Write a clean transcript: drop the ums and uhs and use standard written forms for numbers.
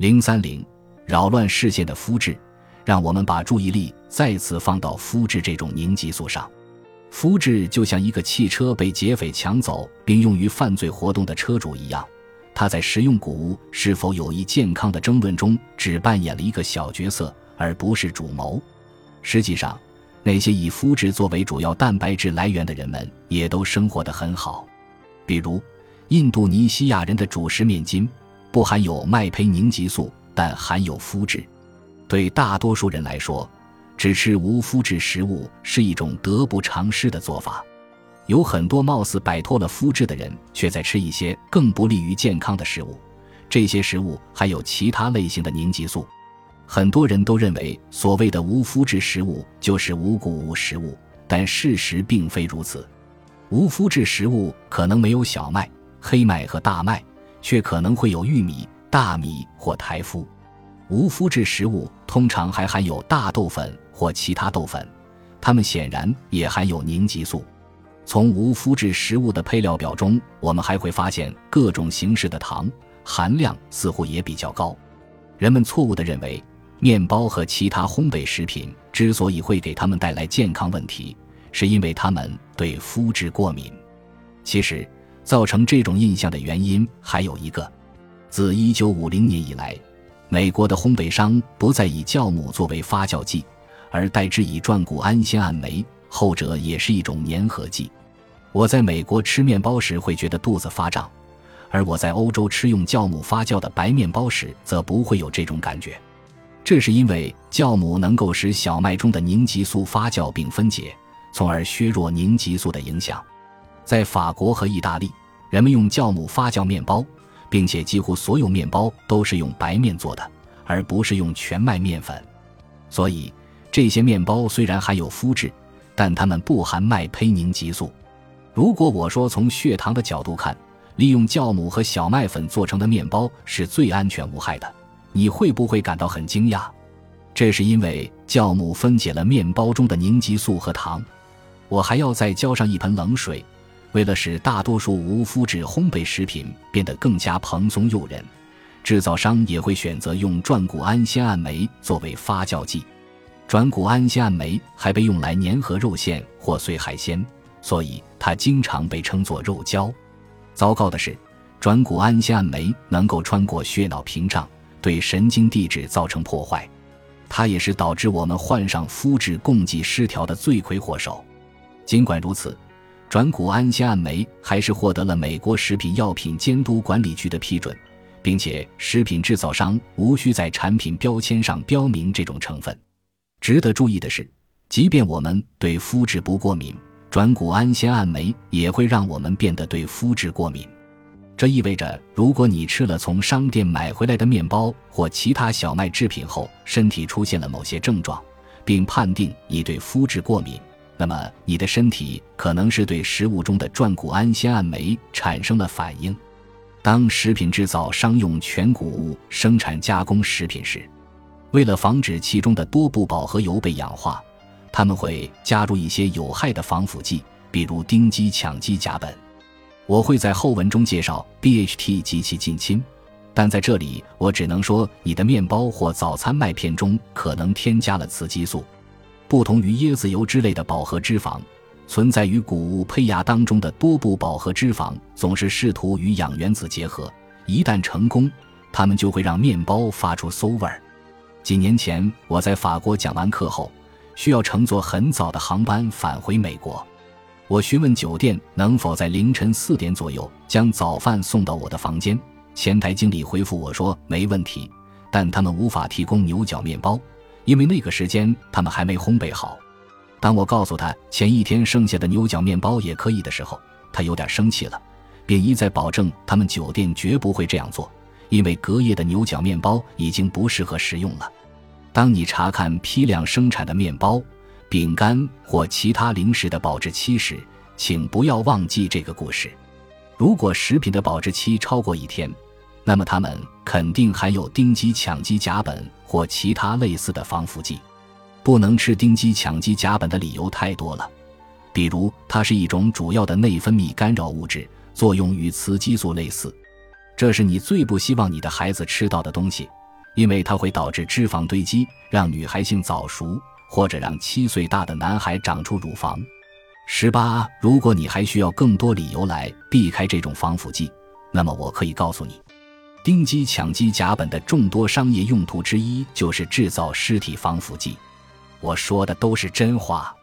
030扰乱视线的肤质，让我们把注意力再次放到肤质这种凝激素上。肤质就像一个汽车被劫匪抢走并用于犯罪活动的车主一样，它在食用谷物是否有益健康的争论中只扮演了一个小角色，而不是主谋。实际上，那些以肤质作为主要蛋白质来源的人们也都生活得很好。比如印度尼西亚人的主食面筋不含有麦胚凝集素，但含有肤质。对大多数人来说，只吃无肤质食物是一种得不偿失的做法。有很多貌似摆脱了肤质的人却在吃一些更不利于健康的食物，这些食物含有其他类型的凝集素。很多人都认为所谓的无肤质食物就是无谷物食物，但事实并非如此。无肤质食物可能没有小麦、黑麦和大麦，却可能会有玉米、大米或台麸。无肤质食物通常还含有大豆粉或其他豆粉，它们显然也含有凝集素。从无肤质食物的配料表中，我们还会发现各种形式的糖，含量似乎也比较高。人们错误地认为面包和其他烘焙食品之所以会给他们带来健康问题，是因为他们对肤质过敏。其实造成这种印象的原因还有一个，自1950年以来，美国的烘焙商不再以酵母作为发酵剂，而代之以转谷氨酰胺酶，后者也是一种粘合剂。我在美国吃面包时会觉得肚子发胀，而我在欧洲吃用酵母发酵的白面包时则不会有这种感觉。这是因为酵母能够使小麦中的凝集素发酵并分解，从而削弱凝集素的影响。在法国和意大利，人们用酵母发酵面包，并且几乎所有面包都是用白面做的，而不是用全麦面粉。所以这些面包虽然含有肤质，但它们不含麦胚凝集素。如果我说从血糖的角度看，利用酵母和小麦粉做成的面包是最安全无害的，你会不会感到很惊讶？这是因为酵母分解了面包中的凝集素和糖。我还要再浇上一盆冷水，为了使大多数无肤质烘焙食品变得更加蓬松诱人，制造商也会选择用转谷氨酰胺酶作为发酵剂。转谷氨酰胺酶还被用来粘合肉馅或碎海鲜，所以它经常被称作肉胶。糟糕的是，转谷氨酰胺酶能够穿过血脑屏障，对神经递质造成破坏，它也是导致我们患上肤质供给失调的罪魁祸首。尽管如此，转谷氨酰胺酶还是获得了美国食品药品监督管理局的批准，并且食品制造商无需在产品标签上标明这种成分。值得注意的是，即便我们对肤质不过敏，转谷氨酰胺酶也会让我们变得对肤质过敏。这意味着，如果你吃了从商店买回来的面包或其他小麦制品后，身体出现了某些症状，并判定你对肤质过敏，那么你的身体可能是对食物中的转谷氨酰胺酶产生了反应。当食品制造商用全谷物生产加工食品时，为了防止其中的多不饱和油被氧化，他们会加入一些有害的防腐剂，比如丁基羟基甲苯。我会在后文中介绍 BHT 及其近亲，但在这里我只能说你的面包或早餐麦片中可能添加了雌激素。不同于椰子油之类的饱和脂肪，存在于谷物胚芽当中的多不饱和脂肪总是试图与氧原子结合，一旦成功，它们就会让面包发出馊味儿。几年前我在法国讲完课后，需要乘坐很早的航班返回美国。我询问酒店能否在凌晨4点左右将早饭送到我的房间，前台经理回复我说没问题，但他们无法提供牛角面包，因为那个时间他们还没烘焙好。当我告诉他前一天剩下的牛角面包也可以的时候，他有点生气了，并一再保证他们酒店绝不会这样做，因为隔夜的牛角面包已经不适合食用了。当你查看批量生产的面包、饼干或其他零食的保质期时，请不要忘记这个故事。如果食品的保质期超过1天，那么它们肯定含有丁基羟基甲苯或其他类似的防腐剂。不能吃丁基羟基甲苯的理由太多了，比如它是一种主要的内分泌干扰物质，作用与雌激素类似。这是你最不希望你的孩子吃到的东西， 因为它会导致脂肪堆积，让女孩性早熟，或者让7岁大的男孩长出乳房。18. 如果你还需要更多理由来避开这种防腐剂，那么我可以告诉你，丁基羟基甲苯的众多商业用途之一就是制造尸体防腐剂。我说的都是真话。